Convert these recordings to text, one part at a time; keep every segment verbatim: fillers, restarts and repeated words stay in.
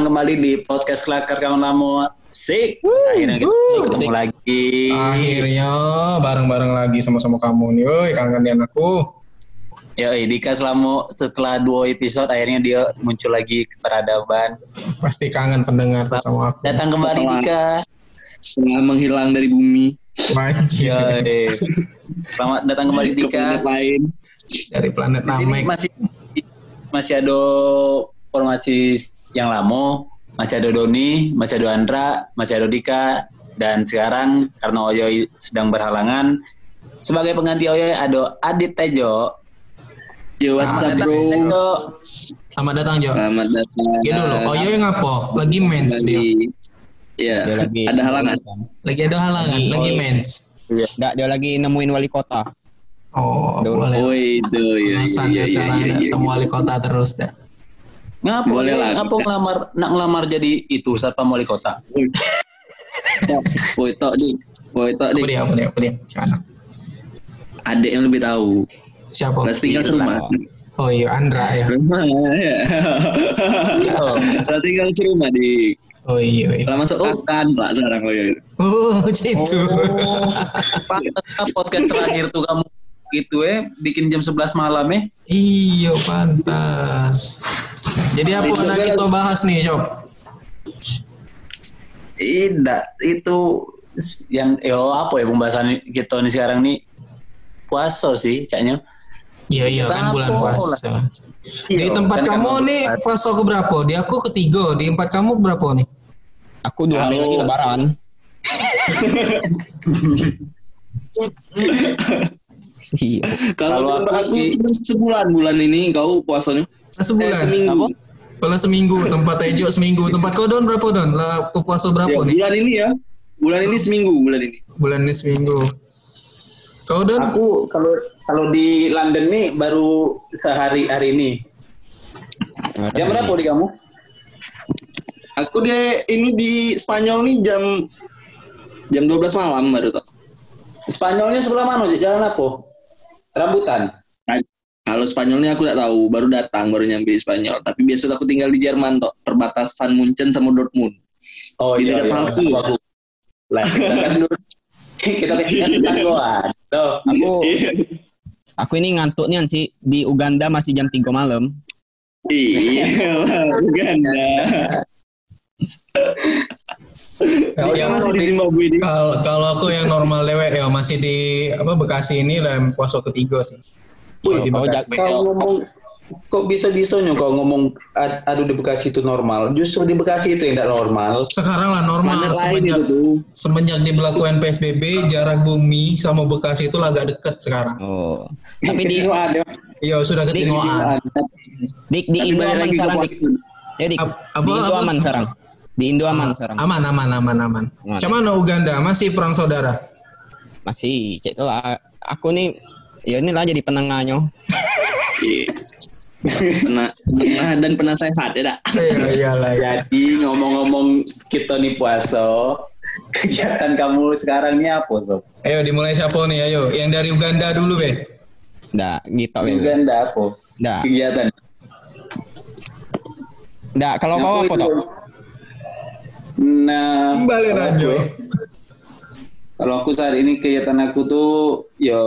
kembali di podcast Kelakar Kawan Lama. Sik, akhirnya kita ketemu Sik. lagi. Akhirnya bareng-bareng lagi sama-sama kamu nih. Oi, kangenin aku. Ya, Dika selama setelah dua episode akhirnya dia muncul lagi ke peradaban. Pasti kangen pendengar sama aku. Datang kembali Dika. Setelah menghilang dari bumi. Wajib. Selamat datang kembali Dika. Ke planet lain. Dari planet Namek. Masih masih ada formasi yang lama. Masih ada Doni, masih ada Andra, masih ada Dika, dan sekarang karena Oyoy sedang berhalangan, sebagai pengganti Oyoy ada Adit Tejo. Yo, what's up bro? Selamat datang Jo. Selamat datang. Gini dulu, Oyoy ngapo? Lagi mens dia. Iya. Lagi ada halangan. Lagi ada halangan, lagi, lagi mens. Iya. Nggak, dia lagi nemuin wali kota. Oh, boleh. Oh, itu ya. Alasan ya sekarang ya, sama wali kota terus dah. Ngapa? Boleh lah. Ngapa ngelamar, nak ngelamar jadi itu satpam wali kota? Woi tok di, woi tok di. Apa dia? Apa dia? Apa dia? Siapa? Adik yang lebih tahu. Siapa? Lah tinggal serumah. Oh iya, Andra ya. Rumah ya. Lah tinggal serumah di. Oh iya. iya. Lah masuk kakan lah sekarang lo ya. Oh, gitu. Oh, pantas podcast terakhir tuh kamu itu eh bikin jam sebelas malam eh. Iya, pantas. Jadi apa yang kita bahas nih, Sob? Tidak, itu yang yo apa ya pembahasan kita nih sekarang nih puasa sih, caknya. Iya iya kan bulan puasa. Di Iyo, tempat kan kamu nih puasa ke berapa? Di aku ketiga, di tempat kamu berapa nih? Aku dua hari lagi lebaran. Iya. Kalau aku, aku cuma sebulan bulan ini kau puasanya? Sebulan. Eh, seminggu. Kalau seminggu, tempat Tejo seminggu. Tempat kau Don berapa Don? Lah puasa berapa ya, nih? Bulan ini ya. Bulan ini seminggu, bulan ini. Bulan ini seminggu. Kau Don? Aku kalau kalau di London nih baru sehari hari ini. Jam berapa di kamu? Aku di ini di Spanyol nih jam jam dua belas malam baru tuh. Spanyolnya sebelah mana? Jalan apa? Rambutan. Nah, kalau Spanyolnya aku tidak tahu, baru datang, baru nyampe di Spanyol. Tapi biasa aku tinggal di Jerman toh, perbatasan Munchen sama Dortmund. Oh di iya. dekat iya, Salzburg. iya. Lah kita kan dulu kita kan tetanggaan. Tuh. Aku aku ini ngantuk nih sih di Uganda masih jam tiga malam. Iya, Uganda. Kalau yang masih di Zimbabwe ini. Kalau kalau aku yang normal dewek ya masih di apa Bekasi ini lah puasa ketiga sih. Wih, di oh, Bekasi. kau ngomong kok bisa-bisanya kau ngomong ad, aduh di Bekasi itu normal. Justru di Bekasi itu yang tidak normal. Sekarang lah normal Mana lain semenjak itu? semenjak diberlakukan P S B B jarak bumi sama Bekasi itu lah agak dekat sekarang. Oh. Tapi di Iya sudah ketinggoan. di, di Tapi Indo balik aman lagi ke sekarang. Dik. puasa. Ya, Dik. Ap- apa, Di Indo apa? aman sekarang. Di Indo aman sekarang. Aman aman aman aman. Aman. Cuman Uganda masih perang saudara. Masih, cek tuh lah. Aku nih ya inilah jadi penengahnya. Pernah, pernah dan pernah sehat ya dak. Iya iyalah. Ya. Jadi ngomong-ngomong kita nih puasa, kegiatan kamu sekarang ini apa sob? Ayo dimulai siapa nih ayo. Yang dari Uganda dulu be. Nggak, gitu. Di Be. Uganda apa? Nggak. Kegiatan. Nggak, kalau kau apa toh? Nah, Balik kalau aja. aku- Kalau aku saat ini kegiatan aku tuh yo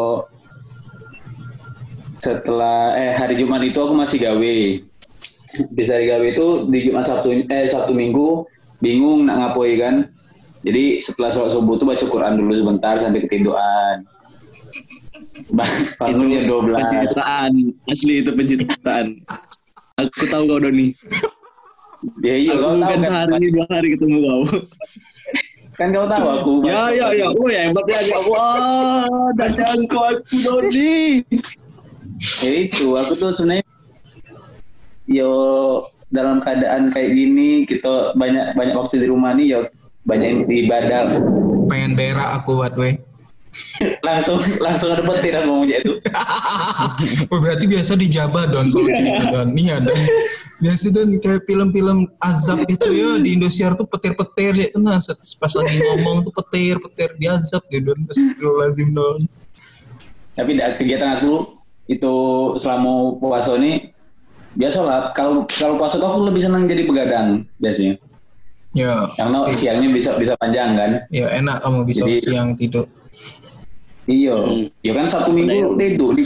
setelah eh hari Jumat itu aku masih gawe. Bisa digawe itu di Jumat Sabtu eh Sabtu Minggu bingung nak ngapoi kan. Jadi setelah sholat subuh tuh baca Quran dulu sebentar sampai ketinduan. Bangunnya dua belas. Pencitraan, asli itu pencitraan. Aku tahu kau Doni. Ya iya Aku kau tahu kan kan. sehari dua hari ketemu kau. Kan kau tahu aku. Ya ya ya, oh ya hebat ya. Ya. Wah, dan kau aku Doni. Ya itu aku tuh sebenarnya yo dalam keadaan kayak gini kita banyak banyak waktu di rumah nih yo banyak ibadah. Pengen berak aku buat we. langsung langsung ada petir ngomongnya itu. Oh, berarti biasa dijabah Don kalau gitu Don. Iya Don. Biasa Don kayak film-film azab itu ya di Indosiar tuh petir-petir ya itu nah pas lagi ngomong tuh petir-petir di azab ya Don. Astagfirullahaladzim Don. Tapi dari kegiatan aku itu selama puasa ini Biasalah, kalau kalau puasa tuh aku lebih senang jadi begadang biasanya. Ya. Karena siangnya bisa bisa panjang kan. Ya enak kamu bisa Jadi- siang tidur. Iya, Hmm. ya kan Sabtu Minggu tidur. Di,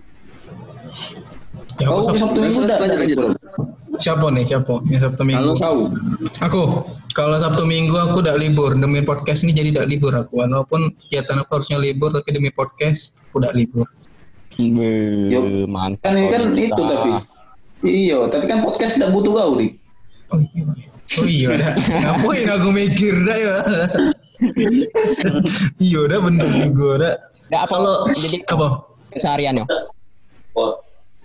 Ya kau aku Sab- Sabtu Minggu Terus udah lanjut ada aja libur. dong. siapa nih siapa? Ya Sabtu Minggu. Kalau kau, Aku kalau Sabtu Minggu aku udah libur demi podcast ini, jadi udah libur aku. Walaupun kegiatan aku harusnya libur, tapi demi podcast aku udah libur. Be, Yo, mantap. Kan ini kan kau itu juga. tapi. Iya, tapi kan podcast tidak butuh kau nih. Oh iya. Oh iya dah. Ngapain aku mikir dah ya. Iya dah bener juga dah. Ya apa Kalau jadi apa? keseharian yo? Oh.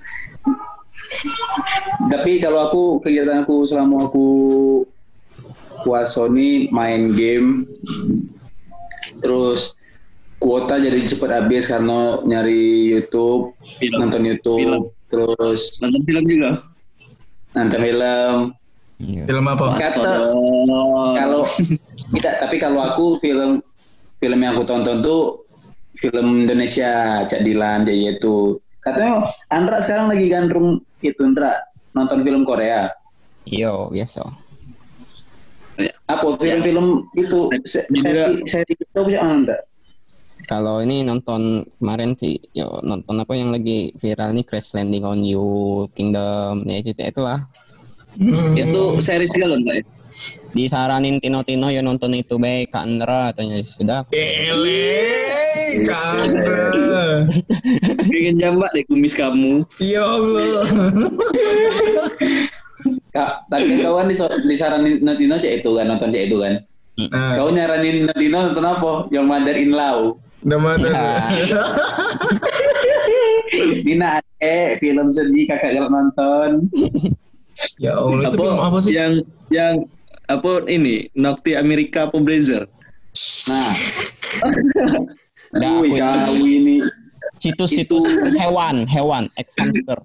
Tapi kalau aku kegiatan aku selama aku puasa nih main game, terus kuota jadi cepet habis karena nyari YouTube, Film. nonton YouTube, Film. terus nonton film juga. nonton film. Iya. Film apa? Kata Oh, kalau tidak, tapi kalau aku film film yang aku tonton tuh film Indonesia, Cak Dilan, jadi itu. Katanya Andra sekarang lagi gandrung itu Andra nonton film Korea. Yo, biasa. Apa film-film itu se- Juga. seri seri itu punya Anda? Kalau ini nonton kemarin sih, yo nonton apa yang lagi viral nih, Crash Landing on You, Kingdom, ya itu itulah. ya itu series segala enggak ya? Disaranin Tino Tino ya nonton itu baik Kak Andra, katanya sudah. Ele, Kandra. Pengen jambak deh kumis kamu. Ya Allah. Kak, tapi kawan disaranin Notino cek itu kan, nonton cek itu kan. Nah, Kau nyaranin Notino nonton apa? Yang Mother in Law. nama Ya. Nina eh film sedih kakak kalau nonton. Ya Allah, itu Apa, film apa sih? yang yang apa ini Nocti America apa Blazer? Nah, Dah, wih aku kau ini ini. situs-situs hewan, hewan, ex hamster.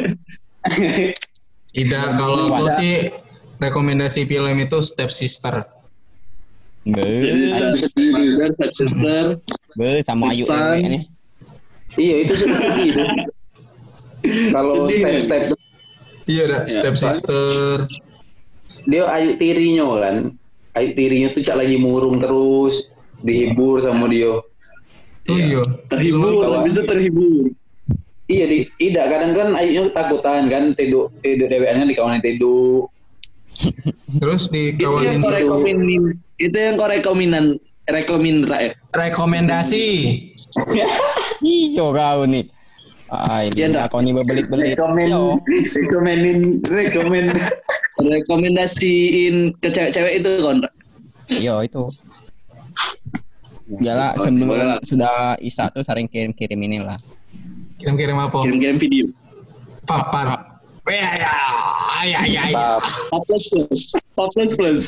Tidak, kalau aku sih rekomendasi film itu Step Sister. Be, Sister, Sister, Sister. be sama Ayu Sister. Ewe ini. Iya itu sedih itu. Kalau Sedih, step-step Iya dah, Step Pak. Sister. dia Ayu tirinya kan. Ayu tirinya tuh cak lagi murung terus dihibur sama dia. Oh iya. Terhibur, Kalau- habis itu terhibur. Iya di tidak kadang kan Ayu takutan kan tidur tidur deweannya di kawanan tidur. Terus Itu dikawalin yang kau situ. rekomenin, itu yang kau rekomenan, rekomendra ya. Rekomendasi. Iyo kau nih. Ah, ini Iya, dah. aku nih bebelit-belit. Rekomen, Yo. rekomenin, rekomen. Rekomendasiin ke cewek-cewek itu kon. Yo itu. Jala Oh, sebelum boleh lah. sudah Isa tuh sering kirim-kirim inilah. Kirim-kirim apa? Kirim-kirim video. Papan. Ya ya ya ya. ya. Pop plus plus, pop plus plus.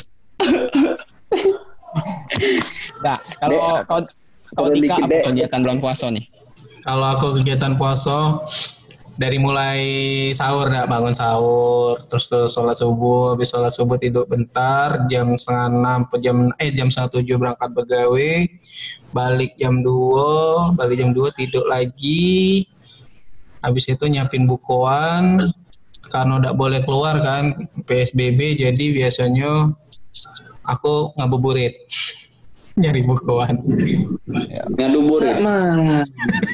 Nah, kalau Dek, kau kau kalau Tika dikit, apa Dek. kegiatan bulan puasa nih? Kalau aku kegiatan puasa dari mulai sahur dah, bangun sahur, terus tuh sholat subuh, habis sholat subuh tidur bentar, jam setengah enam, jam eh jam setengah tujuh berangkat begawe, balik jam dua, balik jam dua tidur lagi, habis itu nyiapin bukuan, karena udah boleh keluar kan P S B B, jadi biasanya aku ngabuburit nyari bukuan. Ngaduburit. Mah,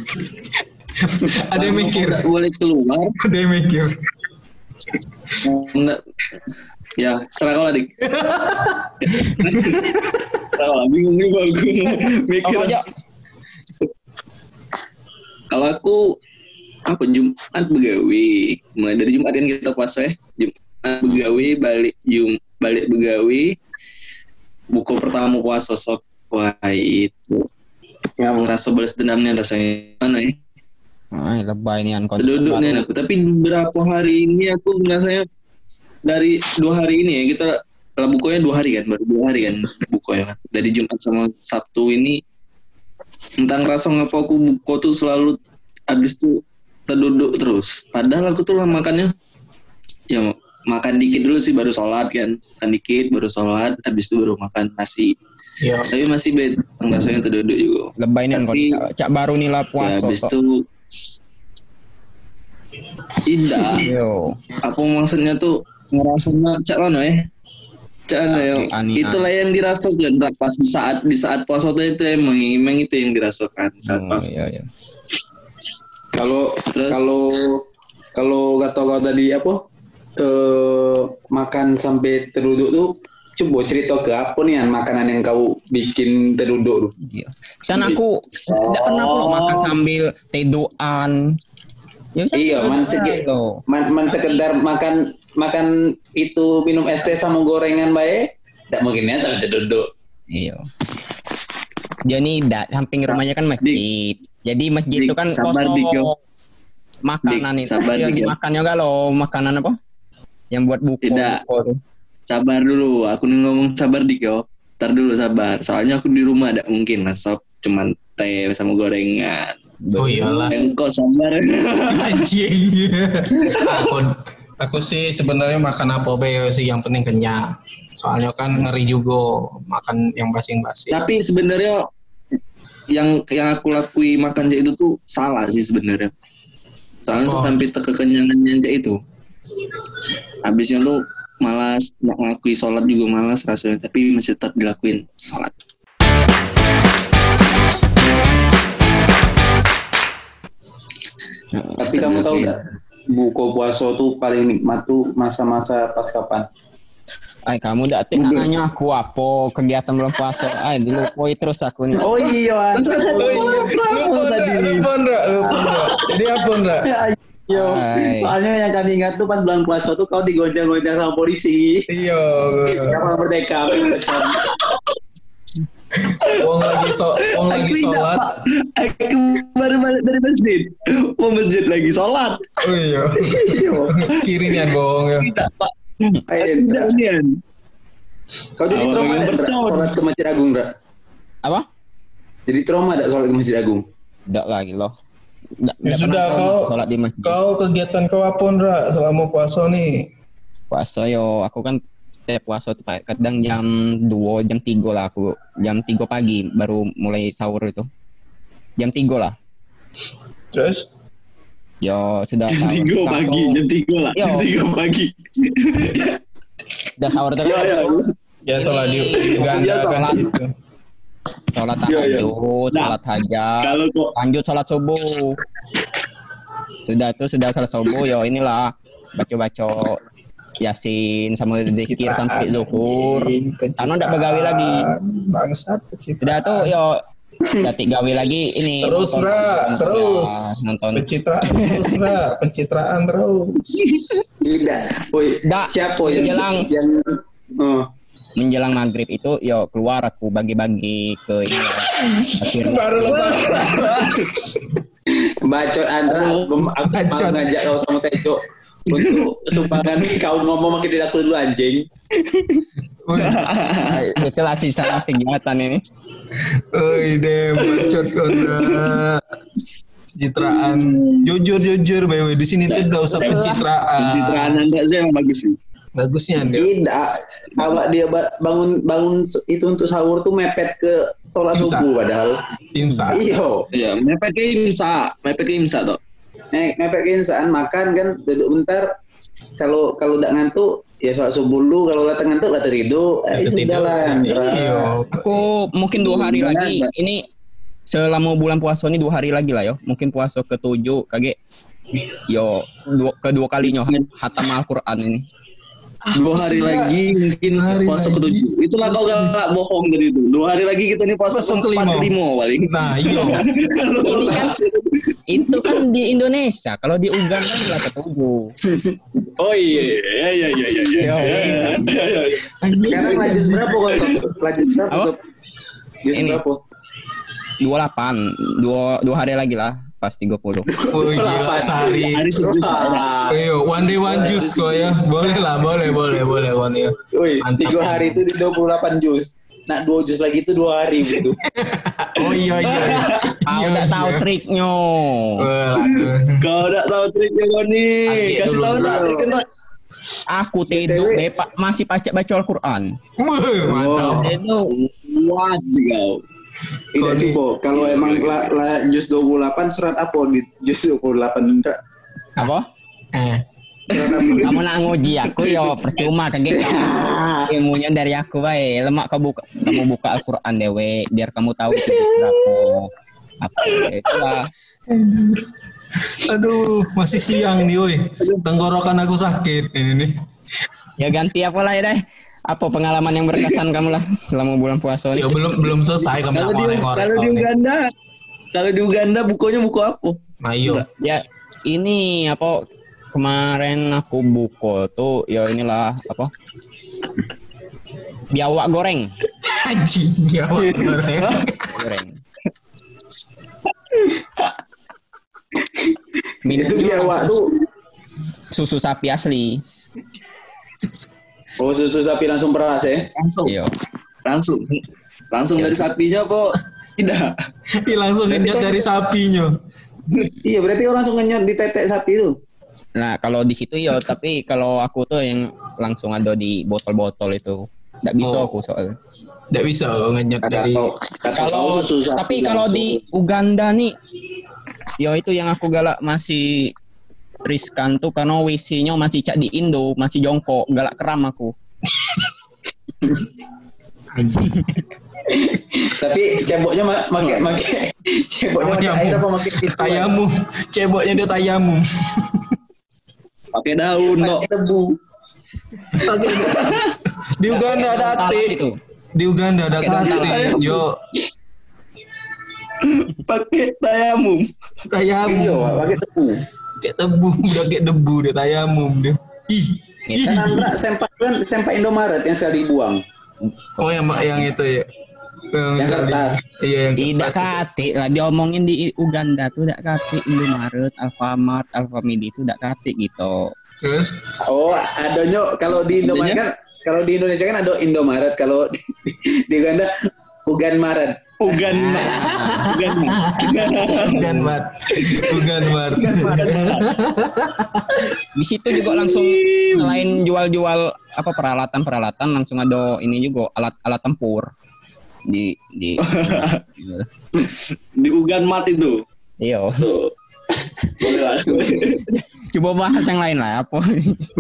Ada yang mikir, nggak boleh keluar. ada yang mikir. Enggak. Ya, serah kau lah, Dik. Serah kau lah, bingung juga aku. Mikir. Oh, aja. Kalau aku apa Jumat begawe, mulai dari Jumat kan kita puasa ya. Jumat begawe, balik Jum balik begawe, buku pertama puasa sok. Wah itu yang ngerasa balas dendamnya rasanya mana ya? Ay, lebay nih ankon. Terduduknya aku. Tapi beberapa hari ini aku ngerasanya dari dua hari ini ya kita lah bukunya dua hari kan, baru dua hari kan bukunya kan. Dari Jumat sama Sabtu ini entah ngerasa ngapa aku buku tuh selalu habis tuh terduduk terus. Padahal aku tuh lah makannya ya makan dikit dulu sih baru sholat kan, makan dikit baru sholat, habis itu baru makan nasi. Ya. Tapi masih bed, rasanya terduduk juga. Lebay nih ankon. Tapi- Cak baru nih lah Ya, puasa. habis tok. itu Tidak. Yo. Apa maksudnya tuh ngerasanya cak mana ya? Cak mana ya? Aneh-aneh. Itulah yang dirasakan pas di saat di saat puasa itu emang emang itu yang dirasakan saat Oh, puasa. iya iya. Kalau Terus? kalau kalau kata kau tadi apa? Eh, makan sampai terduduk tuh, coba cerita ke apa nih An, makanan yang kau bikin terduduk tuh? Iya. San aku tidak pernah pula makan sambil teduan. Ya, bisa Iya, teduan man, segi- loh. man, man sekedar makan makan itu minum es teh sama gorengan baik, tidak mungkinnya sampai terduduk. Iya. Dia nih da, samping rumahnya kan masjid. Jadi masjid Dik, itu kan sabar, kosong. Dik, yo. Makanan Dik, itu sabar, yang Dik, yo. dimakan juga loh, makanan apa? Yang buat buku. Tidak. buku. Sabar dulu, aku nih ngomong sabar dik yo. Ntar dulu sabar. Soalnya aku di rumah ada mungkin masuk cuman teh sama gorengan. Oh iyalah. Engkau sabar. Anjing. aku, aku sih sebenarnya makan apa be sih yang penting kenyang. Soalnya kan ngeri juga makan yang basi-basi. Tapi sebenarnya yang yang aku lakui makan cek itu tuh salah sih sebenarnya. Soalnya Oh. sampai kekenyangannya cek itu. Habisnya tuh malas nak ngakui sholat juga malas rasanya, tapi masih tetap dilakuin sholat. Tapi kamu tahu nggak, buka puasa tuh paling nikmat tuh masa-masa pas kapan? Ay, kamu dak tidak nanya aku apa kegiatan bulan puasa. Ay, dilupoi terus aku nih. Oh iya, Oh iya. Lupa ndak, lupa ndak, lupa ndak. Jadi apa ndak? Yo, Hai. soalnya yang kami ingat tuh pas bulan puasa tuh kau digoncang-goncang sama polisi. Iya. Kapal merdeka, pecah. Wong lagi so, wong lagi Aku ingat, sholat. Pak. Aku baru balik dari masjid. Mau masjid lagi sholat. Oh iya. Cirinya bohong ya. Tidak Pak. Ayo, Tidak Nian. Kau jadi Awal trauma yang ada bercon. sholat ke Masjid Agung, Dra? Apa? Jadi trauma ada sholat ke Masjid Agung? Dak lagi loh. Dak, Ya dak sudah, pernah kau- sholat di masjid. Kau kegiatan kau apa Ndra selama puasa nih? Puasa yo, aku kan setiap puasa tuh Pak, kadang jam dua, jam tiga lah aku. Jam tiga pagi baru mulai sahur itu. Jam tiga lah. Terus? Yo, sudah Jam sahur. tiga Langsung- pagi, jam tiga lah. Yo. Jam tiga pagi. Udah sahur terus. Ya ya. Ya sholat di digandakan sholat. itu. Sholat Iya, iya. tahajud, Nah, sholat hajat, Kalau kok lanjut sholat subuh. Sudah itu sudah sholat subuh, yo inilah baca-baca Yasin sama zikir sampai zuhur. Karena ndak begawe lagi. Bangsat pencitraan. Sudah tuh yo datik gawe lagi ini. Terus nonton- Ndra, nonton- terus. nonton. Pencitraan terus Ndra, pencitraan terus. Tidak. Woi, Nggak, siapa yang menjelang. yang oh. Menjelang maghrib itu yo keluar aku bagi-bagi ke ini. Akhirnya Baru lebaran. Bacot Andra, aku aku Bacot. mau ngajak kau sama Tejo untuk sumbangan kau ngomong makin tidak dulu anjing. itulah sisa kegiatan ini. Oi deh, bacot kau Ndra. Pencitraan. Jujur jujur, by the way. Di sini tuh udah usah pencitraan. pencitraan Anda aja yang bagus sih. Bagusnya Ndra. Tidak. Awak dia ba- bangun bangun itu untuk sahur tuh mepet ke sholat Imsak. subuh padahal. Imsak. Iyo. Iya, mepet ke imsa, mepet ke imsa toh. Eh, mepet ke insaan makan kan duduk bentar. Kalau kalau udah ngantuk ya sholat subuh dulu. Kalau datang ngantuk kata tidur. Eh, sudah lah. Andra. Iya. Aku mungkin dua hari Hmm, lagi benar. ini selama bulan puasa ini dua hari lagi lah yo. Mungkin puasa ketujuh kage yo dua, kedua kalinya hatam Al-Qur'an ini. Dua hari lagi mungkin Dua hari puasa lagi. ketujuh. Itulah kau gak bohong tadi itu. Dua hari lagi kita nih puasa Puasa keempat kelima. kelima paling. Nah, iya. Ini kan itu kan di Indonesia, kalau di Uganda adalah ketujuh. Oh iya, iya iya iya iya. Yo. Iya iya. Sekarang lanjut berapa kok? Lanjut berapa? Apa? Sob? Jus Ini. berapa? dua puluh delapan, dua, dua hari lagi lah, pas tiga puluh. Oh gila sehari. Hari sejus Ah, Ayo, one day one juice kok ya. Boleh lah, boleh, boleh, boleh, one ya. Woi, Mantap. tiga hari itu di dua puluh delapan jus. Nah, dua jus lagi itu dua hari gitu. Oh iya iya. iya. Aku Iya, tak tahu iya. triknya. Wah, aduh. Kau udah tahu triknya kau nih. Nanti Kasih dulu, tahu dulu. nak triknya. Aku tidur be, pa- masih baca baca Al-Qur'an. Wih, mantap. Itu Wah, kau. Tidak Kalau di- cukup. Kalau emang la, la, jus dua puluh delapan surat apa di jus dua puluh delapan enggak? apa? Eh. Kamu nak nguji aku yo percuma kaget kamu. Ilmunya dari aku bae. Lemak kamu buka, kamu buka Al-Qur'an dewe biar kamu tahu itu berapa. Apa itulah. Aduh, masih siang nih, woi. Tenggorokan aku sakit ini nih. Ya ganti apa lah ya deh. Apa pengalaman yang berkesan kamu lah selama bulan puasa ini? Ya belum belum selesai kamu Kalau di ngorek-ngorek. kalau di Uganda, kalau di Uganda bukunya buku apa? Ayo. Ya ini apa kemarin aku buka tuh ya inilah apa? Biawak goreng. Anjing, biawak goreng. Goreng. Itu biawak tuh. Susu sapi asli. Oh, susu sapi langsung peras ya? Langsung. Iya. Langsung. Langsung dari sapinya apa? Tidak. Ih, langsung ngenyot dari sapinya. Iya, berarti orang langsung ngenyot di tetek sapi itu. Nah kalau di situ ya, tapi kalau aku tuh yang langsung ada di botol-botol itu, nggak bisa Oh. aku soalnya. Nggak bisa ngenyot dari. Kalau tapi kalau di Uganda nih, ya itu yang aku galak masih riskan tuh karena W C-nya masih cak di Indo, masih jongkok, galak keram aku. Tapi ceboknya ma- make make ceboknya make air apa make itu? Tayamum, ceboknya dia tayamum. Pakai daun kok. Pakai tebu. Di Uganda ada ate. Itu. Di Uganda ada Pakai daun ate. Jo, Pakai tayamum. Iya, tayamum. pakai tebu. Kayak tebu, udah kayak debu dia tayamum dia. Ih. Ih. Kan Andra sempak kan sempak Indomaret yang sekali dibuang. Oh yang yang itu ya. Yang, Yang sekali- kertas. Iya yang Tidak kertas. kate lah diomongin di Uganda tuh tidak kate Indomaret, Alfamart, Alfamidi itu tidak kate gitu. Terus Oh, adanya kalau di Indomaret kan kalau di Indonesia kan ada Indomaret, kalau di, di Uganda Ugan Maret. Ugan. Ugan. Ugan Mart. Ugan Mart. Di situ juga langsung selain jual-jual apa peralatan-peralatan langsung ada ini juga alat-alat tempur di di Di Ugan Mart itu. iya. So, boleh lah. Coba bahas yang lain lah apa.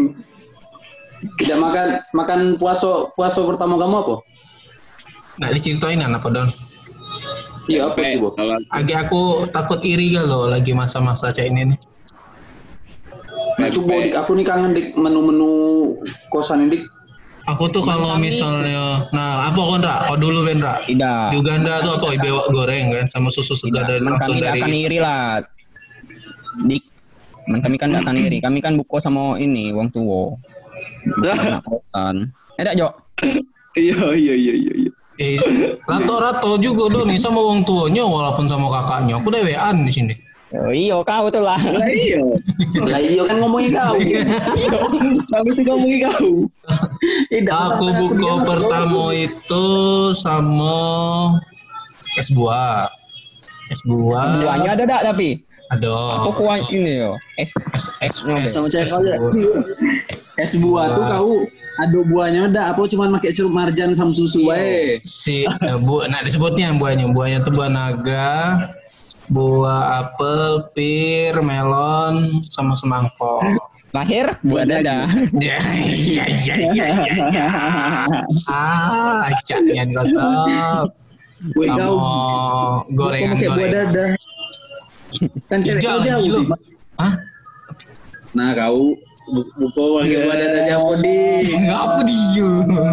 Tidak makan makan puasa puasa pertama kamu apa? Nah diceritain apa Don? Iya, apa coba? Kalau Agi aku takut iri galau lagi masa-masa cak ini nih. Nah, coba dik, aku nih kangen dik menu-menu kosan ini dik. Aku tuh kalau misalnya, nah apa Kondra? Kau dulu Vendra. Tidak. Di Uganda tuh apa bewak goreng kan sama susu segar dari Men langsung kami tidak dari. akan iri lah. Dik. Men kami kan tidak akan iri. Kami kan buka sama ini wong tua. Anak kosan. Eh tak Jo. iya iya iya iya. iya. Eh, rato-rato juga Don nih sama wong tuanya walaupun sama kakaknya. Aku dewean di sini. Oh, iyo kau tuh lah. Lah iya. Lah iya kan ngomongin kau. Kami tuh ngomongin kau. Tidak. Aku buka pertama itu sama es buah. Es buah. Buahnya ada tak tapi? Ada. Aku kuat ini yo. Es Es es es. Sama cewek es kau ya? buah. Es buah tuh kau ada buahnya ada apa cuman pakai sirup marjan sama susu wae. Si eh, bu, nah disebutnya buahnya, buahnya tuh buah naga, buah apel, pir, melon, sama semangkok. lahir buah dada. Ya, iya, iya, iya, iya. Ah, acaknya gosok. Wih kau Sama gorengan pakai buah gorengan. dada. Kan cewek Hijau kau lagi jauh. lu. Dik. Hah? Nah kau bu- buka pakai buah dada siapa dik? Ngapa dia?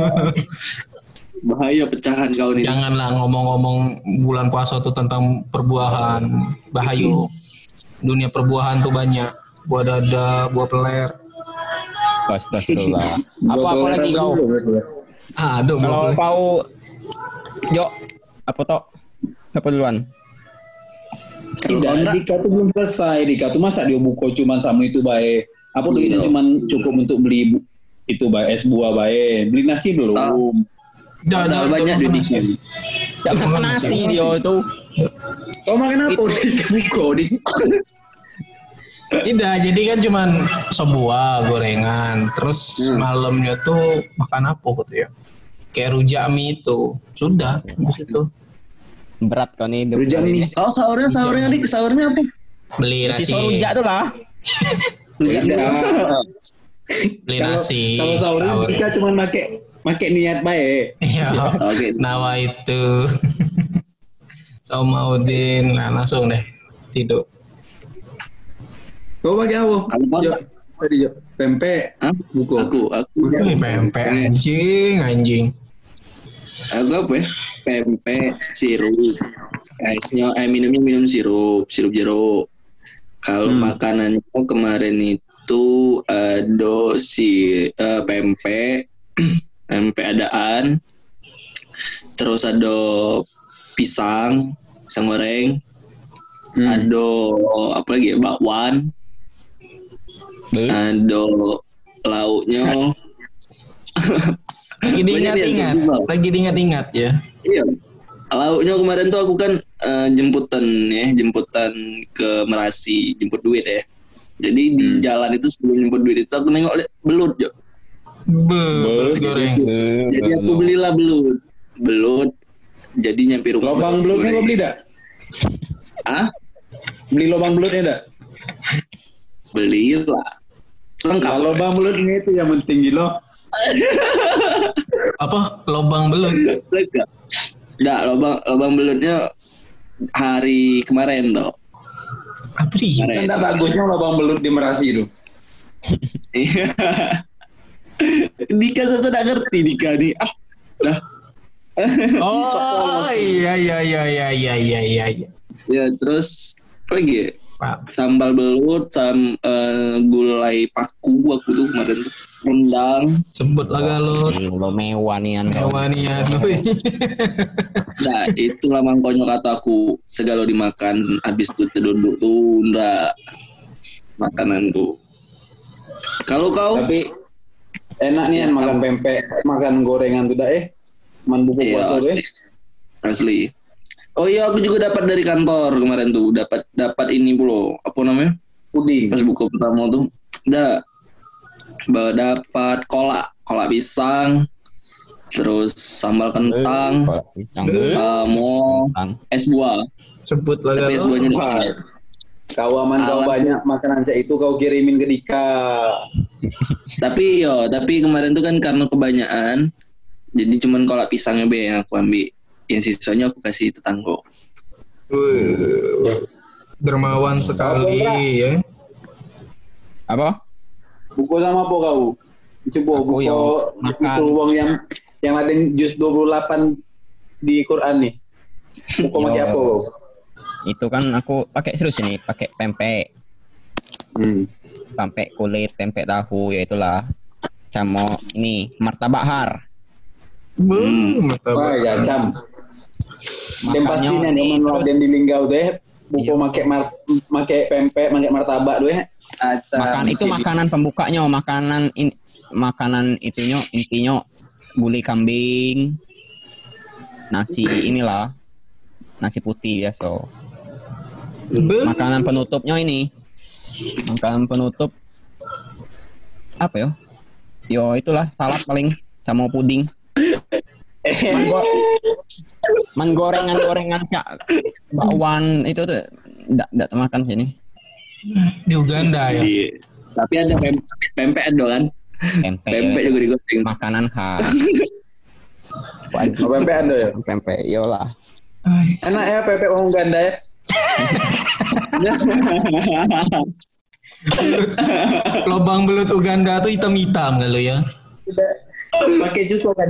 Bahaya pecahan kau nih. Janganlah ngomong-ngomong bulan puasa tuh tentang perbuahan. Bahaya. Dunia perbuahan tuh banyak. Buah dada, buah peler. Astagfirullah. Apa apa lagi kau? Ah, aduh, buah Kalau peler. kau Jo apa toh? Apa duluan? Tidak, Dika tuh belum selesai. Dika tuh masa dia buka cuman sama itu baik. Apa duitnya cuman cukup untuk beli bu- itu baik es buah baik. Beli nasi belum. Dah, dah, Padahal banyak dah, di nasi. sini. Gak makan nasi dia tuh. Kau makan apa? Dika buka Dik. Tidak, jadi kan cuman sebuah gorengan. Terus malamnya tuh makan apa gitu ya? Kayak rujak mie itu. Sudah, habis itu. Berat kau nih hidup Rujak kali mie. ini. Kau sahurnya sahurnya dik sahurnya apa? Beli Nasi nasi. so rujak tuh lah. Beda. Beli Kalau nasi. kalau sahur sahur. kita cuma pakai pakai niat baik. Iya. Oke. Nawa itu. Saumaudin. Nah, langsung deh tidur. Kau pakai apa? Kalau kau- Jo, tadi Jo, pempek, Hah? buku. Aku, aku, Wih, pempek anjing, anjing. aku apa ya? Pempek, sirup, esnya, eh minumnya minum sirup, sirup jeruk. Kalau Hmm. makanannya kemarin itu ada si eh, pempek, pempek adaan, terus ada pisang, pisang goreng, Hmm. ada apa lagi ya, bakwan, Beuh. ada lauknya. Lagi Banyak diingat-ingat, ya, Bang. lagi diingat-ingat ya. Iya. Lauknya kemarin tuh aku kan eh, jemputan ya, jemputan ke Merasi, jemput duit ya. Jadi di Hmm. jalan itu sebelum jemput duit itu aku nengok liat belut, Jo. Be, belut goreng. Beuh, Jadi aku beuh. belilah belut. Belut. Jadi nyampe rumah. Lobang baru belutnya goreng. kau beli dak? Ah, Beli lobang belutnya dak? belilah. Lengkap. Kalau lobang belutnya itu yang penting gitu. Apa? Lobang belut. Lengkap. Nggak, lobang lobang belutnya hari kemarin dong. Apa dia? Kan tak bagusnya lobang belut di Merasi itu. Iya. Dika saya sudah ngerti Dika nih. Ah, dah. Oh, iya iya iya iya iya iya iya. iya. Ya terus apa lagi ya? Pak, Sambal belut, sam eh, gulai paku aku tuh kemarin tuh. Rendang. sebut lah galau. Ih, lo mewah nih kan kau. Kewanian. Nah, itulah mangkonya kata aku segala dimakan habis itu terduduk tuh ndak makananku. Kalau kau Tapi enak nih kan makan pempek, makan gorengan tuh dak eh. Man buku iya, puasa asli. eh. Asli. Oh iya, aku juga dapat dari kantor kemarin tuh, dapat dapat ini pula, apa namanya? Puding. Pas buka pertama tuh, dah bawa dapat kolak, kolak pisang, terus sambal kentang, Kolak pisang, beuh. sama Kentang. es buah. Sebut lah Tapi es galau. buahnya Wah, udah kau aman kau Aman. banyak makanan cak itu kau kirimin ke Dika. Tapi yo, tapi kemarin tuh kan karena kebanyakan, jadi cuman kolak pisangnya be yang aku ambil. Yang sisanya aku kasih tetangga. Wih, dermawan sekali ya. Apa? Buku sama apa kau? Coba Aku buku yo makan. itu uang yang yang ada juz dua puluh delapan di Quran nih. Buku Yo. pakai apa kau? Itu kan aku pakai serius ini, pakai pempek, Hmm. pempek kulit, pempek tahu, ya itulah. Sama ini martabak har. Be, Wah, martabak. ya cam. Dan Makanya pastinya ini nih terus- dan di linggau teh buku Iya. make mar make pempek, make martabak tuh ya. Acam. Makan itu makanan pembukanya, makanan in, makanan itunya intinya gulai kambing, nasi inilah, nasi putih biasa. Be, Makanan penutupnya ini, makanan penutup apa ya? Yo itulah salad paling sama puding. Man, go, man gorengan-gorengan kak bakwan itu tuh ndak ndak makan sini. di Uganda ya. Iya. Tapi ada pem- pempek ada kan? Pempek, Pempek ya. juga digoreng. Makanan khas. Oh, pempek ada ya. Pempek, yolah. Ay, Enak ya pempek orang Uganda ya. lobang belut Uganda tuh hitam-hitam lalu ya. Tidak pakai cuco kan.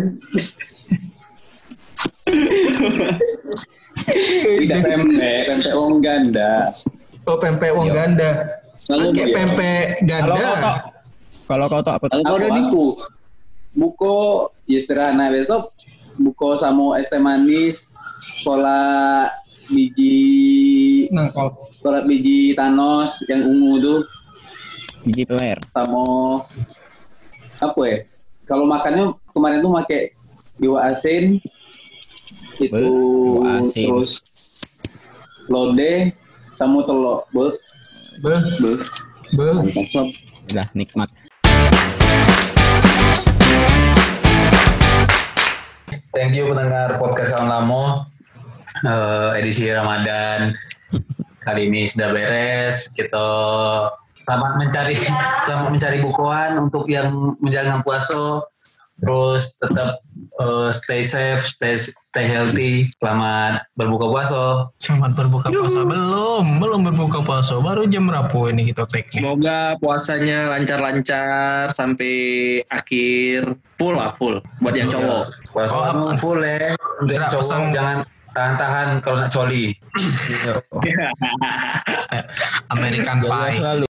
Tidak pempek, pempek orang Uganda. Oh, pempek wong ganda. Lalu Pakai iya. pempek Kalau kau ganda. tak, kalau kau tak apa? Kalau kau Aku, udah nih, aku buko ya sederhana besok buko sama es teh manis, pola biji Nah, kau pola biji Thanos yang ungu tuh Biji peler. sama apa ya? Kalau makannya kemarin tuh pakai iwa asin itu Iwa asin. terus lodeh sama telur. Beuh. be, Beuh, be. mantap sob. Udah nikmat. Thank you pendengar podcast Kawan Lamo. Eh, edisi Ramadan kali ini sudah beres. Kita selamat mencari selamat mencari bukuan untuk yang menjalankan puasa. Terus tetap uh, stay safe, stay stay healthy. Selamat berbuka puasa. Selamat berbuka puasa. Belum, belum berbuka puasa. Baru jam berapa ini kita take nih? Semoga puasanya lancar-lancar sampai akhir. Full lah, full. Buat yang cowok. Puasa Oh, kamu full ya. Untuk yang Kira cowok pesan- jangan tahan-tahan kalau nak coli. American Pie.